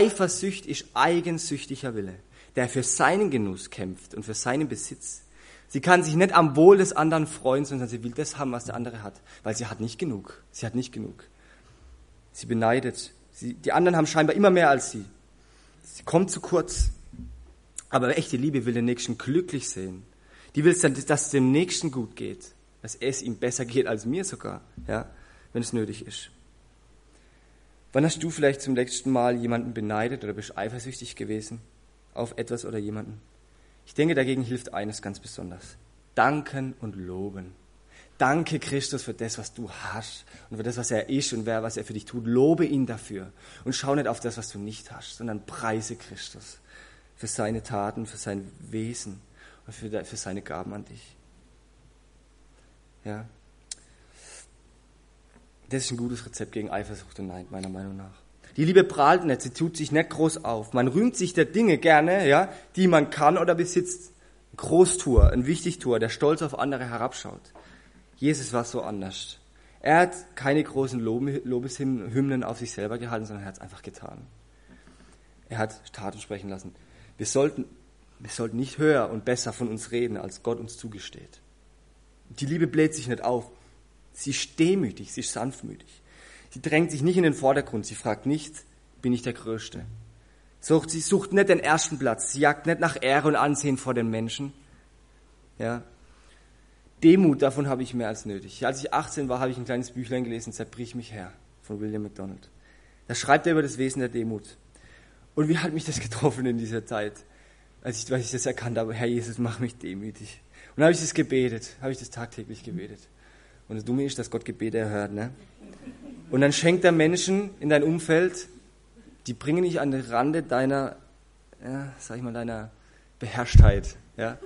Eifersucht ist eigensüchtiger Wille, der für seinen Genuss kämpft und für seinen Besitz. Sie kann sich nicht am Wohl des anderen freuen, sondern sie will das haben, was der andere hat, weil sie hat nicht genug. Sie hat nicht genug. Sie beneidet. Sie, die anderen haben scheinbar immer mehr als sie. Sie kommt zu kurz. Aber echte Liebe will den Nächsten glücklich sehen. Die will, dass es dem Nächsten gut geht. Dass es ihm besser geht als mir sogar, ja, wenn es nötig ist. Wann hast du vielleicht zum letzten Mal jemanden beneidet oder bist eifersüchtig gewesen auf etwas oder jemanden? Ich denke, dagegen hilft eines ganz besonders. Danken und loben. Danke Christus für das, was du hast und für das, was er ist und wer, was er für dich tut. Lobe ihn dafür und schau nicht auf das, was du nicht hast, sondern preise Christus für seine Taten, für sein Wesen und für, für seine Gaben an dich. Ja. Das ist ein gutes Rezept gegen Eifersucht und Neid, meiner Meinung nach. Die Liebe prahlt nicht, sie tut sich nicht groß auf. Man rühmt sich der Dinge gerne, ja, die man kann oder besitzt. Ein Großtuer, ein Wichtigtuer, der stolz auf andere herabschaut. Jesus war so anders. Er hat keine großen Lobeshymnen auf sich selber gehalten, sondern er hat es einfach getan. Er hat Taten sprechen lassen. Wir sollten, wir sollten nicht höher und besser von uns reden, als Gott uns zugesteht. Die Liebe bläht sich nicht auf. Sie ist demütig, sie ist sanftmütig. Sie drängt sich nicht in den Vordergrund. Sie fragt nicht, bin ich der Größte? Sie sucht nicht den ersten Platz. Sie jagt nicht nach Ehre und Ansehen vor den Menschen. Ja. Demut, davon habe ich mehr als nötig. Als ich achtzehn war, habe ich ein kleines Büchlein gelesen, Zerbrich mich her, von William MacDonald. Da schreibt er über das Wesen der Demut. Und wie hat mich das getroffen in dieser Zeit, als ich, als ich das erkannt habe, Herr Jesus, mach mich demütig. Und dann habe ich das gebetet, habe ich das tagtäglich gebetet. Und das Dumme ist, dass Gott Gebete erhört, ne? Und dann schenkt er Menschen in dein Umfeld, die bringen dich an den Rande deiner, ja, sag ich mal, deiner Beherrschtheit, ja.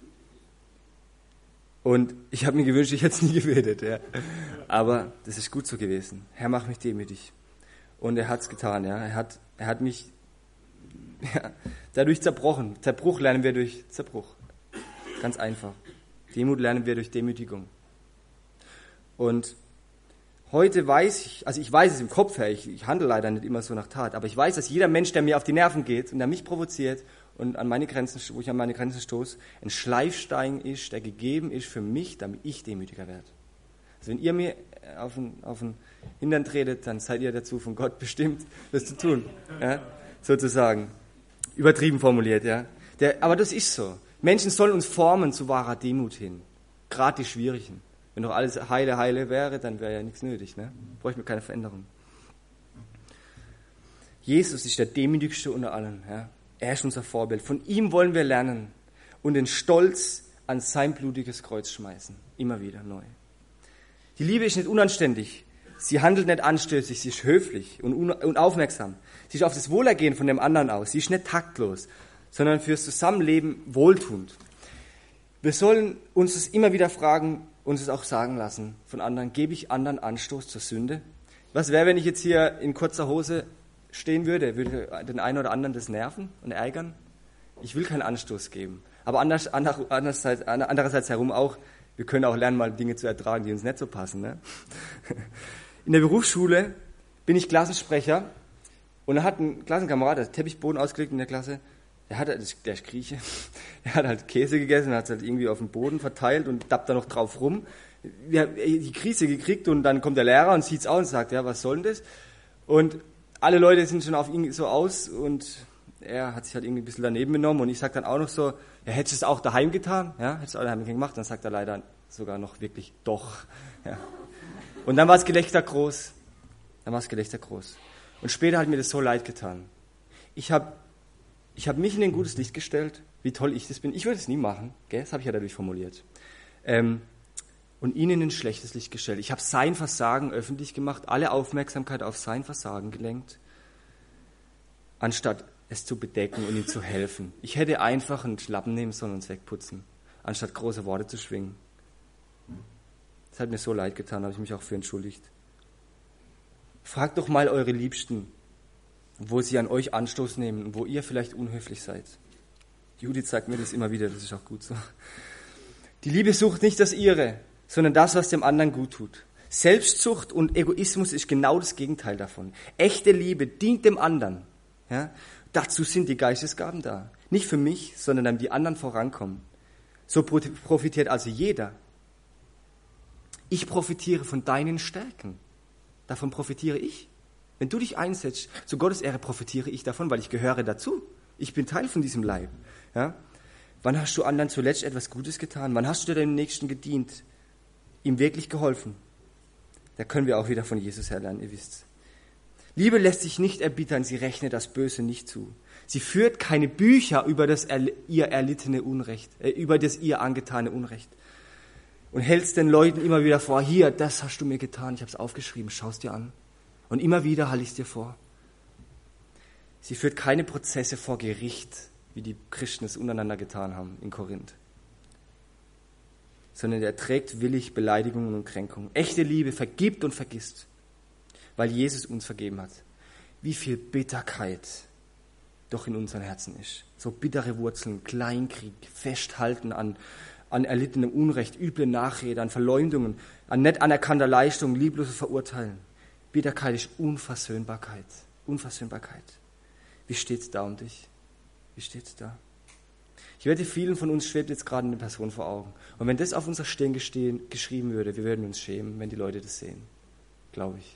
Und ich habe mir gewünscht, ich hätte es nie gebetet, ja. Aber das ist gut so gewesen. Herr, mach mich demütig. Und er hat es getan, ja. Er hat, er hat mich ja, dadurch zerbrochen. Zerbruch lernen wir durch Zerbruch. Ganz einfach. Demut lernen wir durch Demütigung. Und heute weiß ich, also ich weiß es im Kopf her, ich, ich handle leider nicht immer so nach Tat, aber ich weiß, dass jeder Mensch, der mir auf die Nerven geht und der mich provoziert und an meine Grenzen, wo ich an meine Grenzen stoße, ein Schleifstein ist, der gegeben ist für mich, damit ich demütiger werde. Also wenn ihr mir auf den, auf den Hintern tretet, dann seid ihr dazu von Gott bestimmt, das zu tun, ja, sozusagen. Übertrieben formuliert, ja. Der, aber das ist so. Menschen sollen uns formen zu wahrer Demut hin. Gerade die Schwierigen. Wenn doch alles heile, heile wäre, dann wäre ja nichts nötig, ne? Bräuchte man keine Veränderung. Jesus ist der Demütigste unter allen, ja? Er ist unser Vorbild. Von ihm wollen wir lernen und den Stolz an sein blutiges Kreuz schmeißen. Immer wieder neu. Die Liebe ist nicht unanständig. Sie handelt nicht anstößig, sie ist höflich und, un- und aufmerksam. Sie ist auf das Wohlergehen von dem anderen aus. Sie ist nicht taktlos, sondern fürs Zusammenleben wohltuend. Wir sollen uns das immer wieder fragen, uns es auch sagen lassen von anderen. Gebe ich anderen Anstoß zur Sünde? Was wäre, wenn ich jetzt hier in kurzer Hose stehen würde? Würde den einen oder anderen das nerven und ärgern? Ich will keinen Anstoß geben. Aber anders, andererseits, andererseits herum auch, wir können auch lernen, mal Dinge zu ertragen, die uns nicht so passen. Ne? In der Berufsschule bin ich Klassensprecher und da hat ein Klassenkamerad, der Teppichboden ausgelegt in der Klasse, der hat, der ist Grieche, der hat halt Käse gegessen, hat es halt irgendwie auf dem Boden verteilt und dappt da noch drauf rum. Wir haben die Krise gekriegt und dann kommt der Lehrer und sieht's aus und sagt, ja, was soll denn das? Und alle Leute sind schon auf ihn so aus und er hat sich halt irgendwie ein bisschen daneben genommen und ich sag dann auch noch so, ja, hättest du es auch daheim getan? Ja, hättest du auch daheim gemacht? Dann sagt er leider sogar noch wirklich doch. Ja. Und dann war das Gelächter groß. Dann war das Gelächter groß. Und später hat mir das so leid getan. Ich habe ich hab mich in ein gutes Licht gestellt, wie toll ich das bin. Ich würde es nie machen, gell? Das habe ich ja dadurch formuliert. Ähm, und ihn in ein schlechtes Licht gestellt. Ich habe sein Versagen öffentlich gemacht, alle Aufmerksamkeit auf sein Versagen gelenkt, anstatt es zu bedecken und ihm zu helfen. Ich hätte einfach einen Schlappen nehmen sollen und es wegputzen, anstatt große Worte zu schwingen. Das hat mir so leid getan, habe ich mich auch für entschuldigt. Fragt doch mal eure Liebsten, wo sie an euch Anstoß nehmen und wo ihr vielleicht unhöflich seid. Judith sagt mir das immer wieder, das ist auch gut so. Die Liebe sucht nicht das ihre, sondern das, was dem anderen gut tut. Selbstsucht und Egoismus ist genau das Gegenteil davon. Echte Liebe dient dem anderen. Ja? Dazu sind die Geistesgaben da. Nicht für mich, sondern damit die anderen vorankommen. So profitiert also jeder. Ich profitiere von deinen Stärken. Davon profitiere ich. Wenn du dich einsetzt, zu Gottes Ehre profitiere ich davon, weil ich gehöre dazu. Ich bin Teil von diesem Leib. Ja? Wann hast du anderen zuletzt etwas Gutes getan? Wann hast du deinem Nächsten gedient? Ihm wirklich geholfen? Da können wir auch wieder von Jesus her lernen, ihr wisst. Liebe lässt sich nicht erbittern, sie rechnet das Böse nicht zu. Sie führt keine Bücher über das ihr erlittene Unrecht, äh, über das ihr angetane Unrecht. Und hältst den Leuten immer wieder vor, hier, das hast du mir getan, ich habe es aufgeschrieben, schau es dir an. Und immer wieder halte ich es dir vor. Sie führt keine Prozesse vor Gericht, wie die Christen es untereinander getan haben in Korinth. Sondern er trägt willig Beleidigungen und Kränkungen. Echte Liebe vergibt und vergisst, weil Jesus uns vergeben hat. Wie viel Bitterkeit doch in unseren Herzen ist. So bittere Wurzeln, Kleinkrieg, Festhalten an, an erlittenem Unrecht, üble Nachrede, an Verleumdungen, an nicht anerkannter Leistung, liebloses Verurteilen. Bitterkeit ist Unversöhnbarkeit. Unversöhnbarkeit. Wie steht's da um dich? Wie steht's da? Ich wette, vielen von uns schwebt jetzt gerade eine Person vor Augen. Und wenn das auf unserer Stirn gestehen, geschrieben würde, wir würden uns schämen, wenn die Leute das sehen. Glaube ich.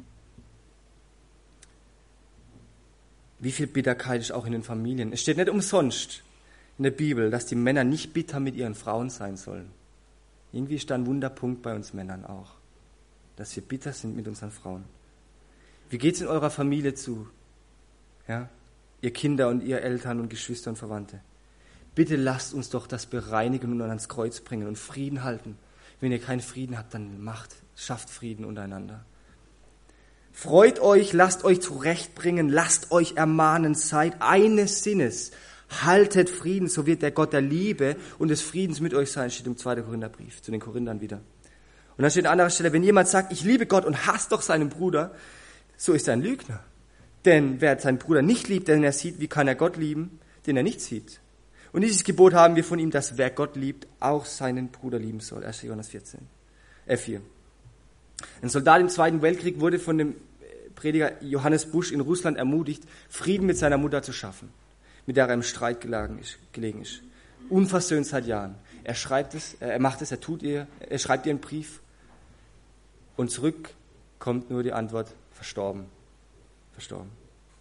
Wie viel Bitterkeit ist auch in den Familien. Es steht nicht umsonst in der Bibel, dass die Männer nicht bitter mit ihren Frauen sein sollen. Irgendwie ist da ein Wunderpunkt bei uns Männern auch, dass wir bitter sind mit unseren Frauen. Wie geht's in eurer Familie zu? Ja? Ihr Kinder und ihr Eltern und Geschwister und Verwandte. Bitte lasst uns doch das bereinigen und ans Kreuz bringen und Frieden halten. Wenn ihr keinen Frieden habt, dann macht, schafft Frieden untereinander. Freut euch, lasst euch zurechtbringen, lasst euch ermahnen, seid eines Sinnes. Haltet Frieden, so wird der Gott der Liebe und des Friedens mit euch sein, steht im zweiten Korintherbrief, zu den Korinthern wieder. Und dann steht an anderer Stelle, wenn jemand sagt, ich liebe Gott und hasst doch seinen Bruder, so ist er ein Lügner. Denn wer seinen Bruder nicht liebt, den er sieht, wie kann er Gott lieben, den er nicht sieht? Und dieses Gebot haben wir von ihm, dass wer Gott liebt, auch seinen Bruder lieben soll. erster Johannes vierzehn, äh vier. Ein Soldat im Zweiten Weltkrieg wurde von dem Prediger Johannes Busch in Russland ermutigt, Frieden mit seiner Mutter zu schaffen, mit der er im Streit gelegen ist. Gelegen ist. Unversöhnt seit Jahren. Er schreibt es, er macht es, er tut ihr, er schreibt ihr einen Brief und zurück kommt nur die Antwort, verstorben. Verstorben.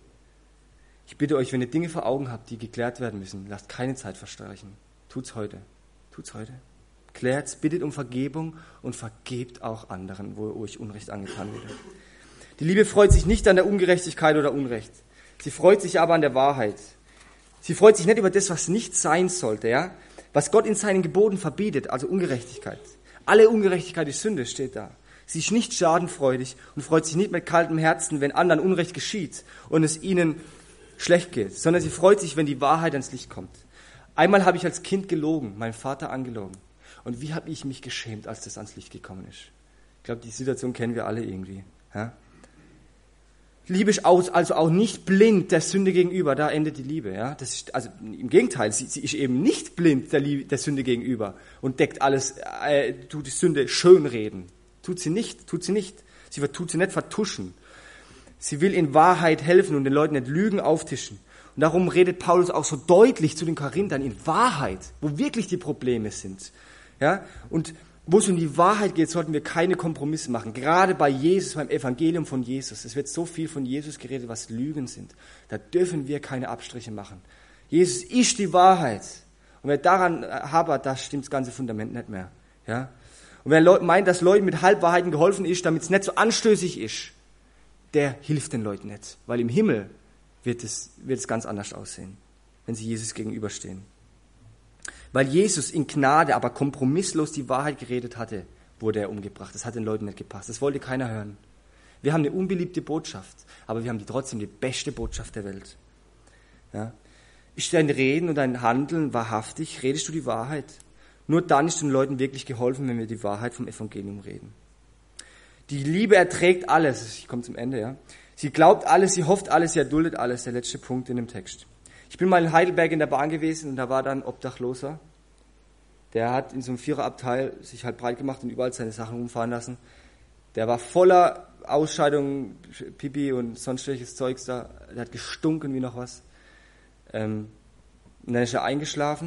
Ich bitte euch, wenn ihr Dinge vor Augen habt, die geklärt werden müssen, lasst keine Zeit verstreichen. Tut's heute. Tut's heute. Klärt's, bittet um Vergebung und vergebt auch anderen, wo euch Unrecht angetan wurde. Die Liebe freut sich nicht an der Ungerechtigkeit oder Unrecht. Sie freut sich aber an der Wahrheit. Sie freut sich nicht über das, was nicht sein sollte, ja? Was Gott in seinen Geboten verbietet, also Ungerechtigkeit. Alle Ungerechtigkeit ist Sünde, steht da. Sie ist nicht schadenfreudig und freut sich nicht mit kaltem Herzen, wenn anderen Unrecht geschieht und es ihnen schlecht geht, sondern sie freut sich, wenn die Wahrheit ans Licht kommt. Einmal habe ich als Kind gelogen, meinen Vater angelogen. Und wie habe ich mich geschämt, als das ans Licht gekommen ist? Ich glaube, die Situation kennen wir alle irgendwie. Ja? Liebe ist also auch nicht blind der Sünde gegenüber, da endet die Liebe. Ja? Das ist, also im Gegenteil, sie, sie ist eben nicht blind der, Liebe, der Sünde gegenüber und deckt alles, äh, tut die Sünde schönreden. Tut sie nicht, tut sie nicht. Sie tut sie nicht vertuschen. Sie will in Wahrheit helfen und den Leuten nicht Lügen auftischen. Und darum redet Paulus auch so deutlich zu den Korinthern in Wahrheit, wo wirklich die Probleme sind. Ja? Und wo es um die Wahrheit geht, sollten wir keine Kompromisse machen. Gerade bei Jesus, beim Evangelium von Jesus. Es wird so viel von Jesus geredet, was Lügen sind. Da dürfen wir keine Abstriche machen. Jesus ist die Wahrheit. Und wer daran habert, da stimmt das ganze Fundament nicht mehr. Ja? Und wer meint, dass Leuten mit Halbwahrheiten geholfen ist, damit es nicht so anstößig ist, der hilft den Leuten nicht. Weil im Himmel wird es, wird es ganz anders aussehen, wenn sie Jesus gegenüberstehen. Weil Jesus in Gnade, aber kompromisslos die Wahrheit geredet hatte, wurde er umgebracht. Das hat den Leuten nicht gepasst. Das wollte keiner hören. Wir haben eine unbeliebte Botschaft, aber wir haben die trotzdem die beste Botschaft der Welt. Ja? Ist dein Reden und dein Handeln wahrhaftig? Redest du die Wahrheit? Nur dann ist den Leuten wirklich geholfen, wenn wir die Wahrheit vom Evangelium reden. Die Liebe erträgt alles. Ich komme zum Ende, ja. Sie glaubt alles, sie hofft alles, sie erduldet alles. Der letzte Punkt in dem Text. Ich bin mal in Heidelberg in der Bahn gewesen und da war dann ein Obdachloser. Der hat in so einem Viererabteil sich halt breit gemacht und überall seine Sachen rumfahren lassen. Der war voller Ausscheidungen, Pipi und sonstiges Zeugs da. Der hat gestunken wie noch was. Ähm, und dann ist er eingeschlafen.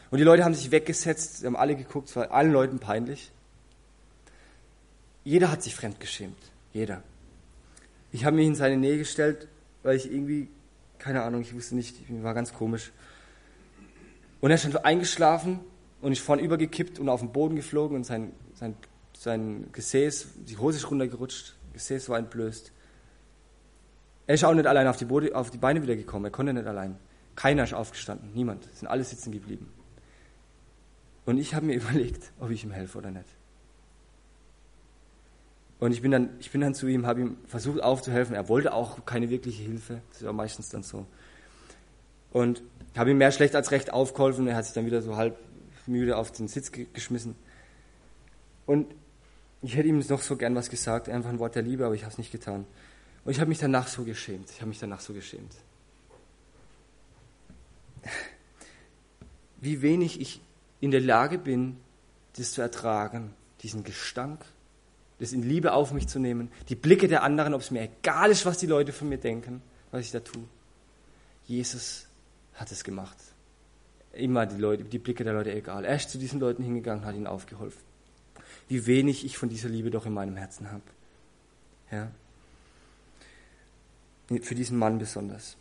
Und die Leute haben sich weggesetzt, haben alle geguckt, es war allen Leuten peinlich. Jeder hat sich fremdgeschämt, jeder. Ich habe mich in seine Nähe gestellt, weil ich irgendwie, keine Ahnung, ich wusste nicht, mir war ganz komisch. Und er stand eingeschlafen und ist vornüber gekippt und auf den Boden geflogen und sein, sein, sein Gesäß, die Hose ist runtergerutscht, Gesäß war entblößt. Er ist auch nicht allein auf die, Bode, auf die Beine wieder gekommen, er konnte nicht allein. Keiner ist aufgestanden, niemand, es sind alle sitzen geblieben. Und ich habe mir überlegt, ob ich ihm helfe oder nicht. Und ich bin dann, ich bin dann zu ihm, habe ihm versucht aufzuhelfen. Er wollte auch keine wirkliche Hilfe, das ist ja meistens dann so. Und habe ihm mehr schlecht als recht aufgeholfen. Er hat sich dann wieder so halb müde auf den Sitz ge- geschmissen. Und ich hätte ihm noch so gern was gesagt, einfach ein Wort der Liebe, aber ich habe es nicht getan. Und ich habe mich danach so geschämt. Ich habe mich danach so geschämt. Wie wenig ich in der Lage bin, das zu ertragen, diesen Gestank, das in Liebe auf mich zu nehmen, die Blicke der anderen, ob es mir egal ist, was die Leute von mir denken, was ich da tue. Jesus hat es gemacht. Immer die Leute, die Blicke der Leute egal. Er ist zu diesen Leuten hingegangen, hat ihnen aufgeholfen. Wie wenig ich von dieser Liebe doch in meinem Herzen habe. Ja. Für diesen Mann besonders.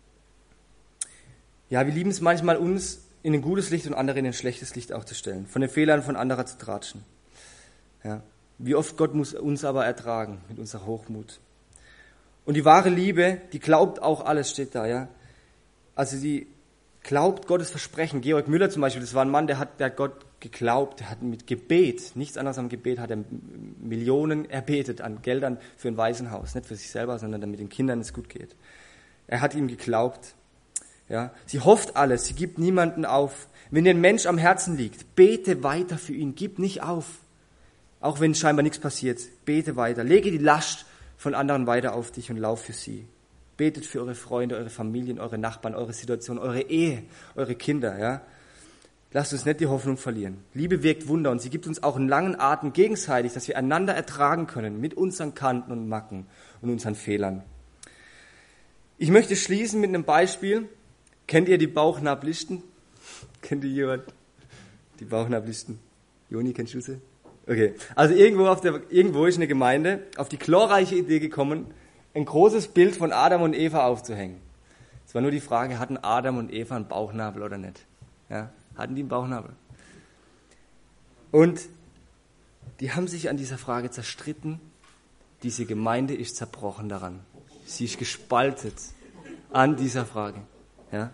Ja, wir lieben es manchmal, uns in ein gutes Licht und andere in ein schlechtes Licht auch zu stellen. Von den Fehlern von anderer zu tratschen. Ja. Wie oft Gott muss uns aber ertragen mit unserer Hochmut. Und die wahre Liebe, die glaubt auch alles, steht da, ja. Also die glaubt Gottes Versprechen. Georg Müller zum Beispiel, das war ein Mann, der hat, der hat Gott geglaubt, der hat mit Gebet, nichts anderes am Gebet, hat er Millionen erbetet an Geldern für ein Waisenhaus. Nicht für sich selber, sondern damit den Kindern es gut geht. Er hat ihm geglaubt. Ja. Sie hofft alles, sie gibt niemanden auf. Wenn dir ein Mensch am Herzen liegt, bete weiter für ihn, gib nicht auf. Auch wenn scheinbar nichts passiert, bete weiter. Lege die Last von anderen weiter auf dich und lauf für sie. Betet für eure Freunde, eure Familien, eure Nachbarn, eure Situation, eure Ehe, eure Kinder. Ja? Lasst uns nicht die Hoffnung verlieren. Liebe wirkt Wunder und sie gibt uns auch einen langen Atem gegenseitig, dass wir einander ertragen können mit unseren Kanten und Macken und unseren Fehlern. Ich möchte schließen mit einem Beispiel. Kennt ihr die Bauchnabelisten? Kennt ihr jemand? Die Bauchnabelisten? Joni, kennst du sie? Okay, also irgendwo, auf der, irgendwo ist eine Gemeinde auf die glorreiche Idee gekommen, ein großes Bild von Adam und Eva aufzuhängen. Es war nur die Frage, hatten Adam und Eva einen Bauchnabel oder nicht? Ja, hatten die einen Bauchnabel? Und die haben sich an dieser Frage zerstritten. Diese Gemeinde ist zerbrochen daran. Sie ist gespaltet an dieser Frage. Ja?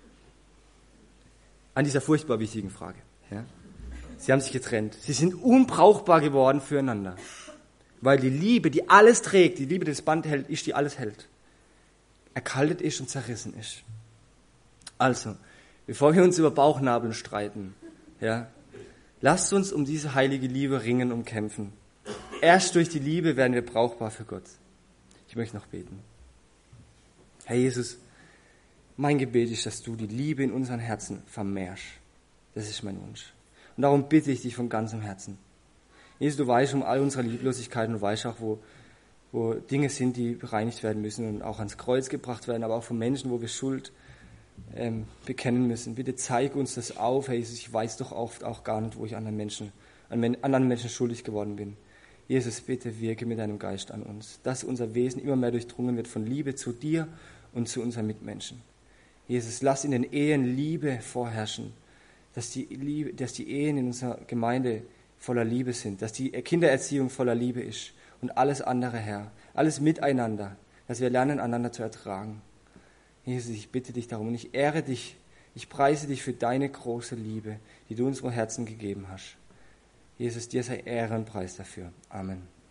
An dieser furchtbar wichtigen Frage. Ja? Sie haben sich getrennt. Sie sind unbrauchbar geworden füreinander. Weil die Liebe, die alles trägt, die Liebe, die das Band hält, ist, die alles hält, erkaltet ist und zerrissen ist. Also, bevor wir uns über Bauchnabeln streiten, ja, lasst uns um diese heilige Liebe ringen und kämpfen. Erst durch die Liebe werden wir brauchbar für Gott. Ich möchte noch beten. Herr Jesus, mein Gebet ist, dass du die Liebe in unseren Herzen vermehrst. Das ist mein Wunsch. Und darum bitte ich dich von ganzem Herzen. Jesus, du weißt um all unsere Lieblosigkeiten und weißt auch, wo, wo Dinge sind, die bereinigt werden müssen und auch ans Kreuz gebracht werden, aber auch von Menschen, wo wir Schuld ähm, bekennen müssen. Bitte zeig uns das auf, Herr Jesus. Ich weiß doch oft auch gar nicht, wo ich anderen Menschen, an men- anderen Menschen schuldig geworden bin. Jesus, bitte wirke mit deinem Geist an uns, dass unser Wesen immer mehr durchdrungen wird von Liebe zu dir und zu unseren Mitmenschen. Jesus, lass in den Ehen Liebe vorherrschen, dass die, Liebe, dass die Ehen in unserer Gemeinde voller Liebe sind, dass die Kindererziehung voller Liebe ist und alles andere, Herr, alles miteinander, dass wir lernen, einander zu ertragen. Jesus, ich bitte dich darum und ich ehre dich, ich preise dich für deine große Liebe, die du unseren Herzen gegeben hast. Jesus, dir sei Ehre und Preis dafür. Amen.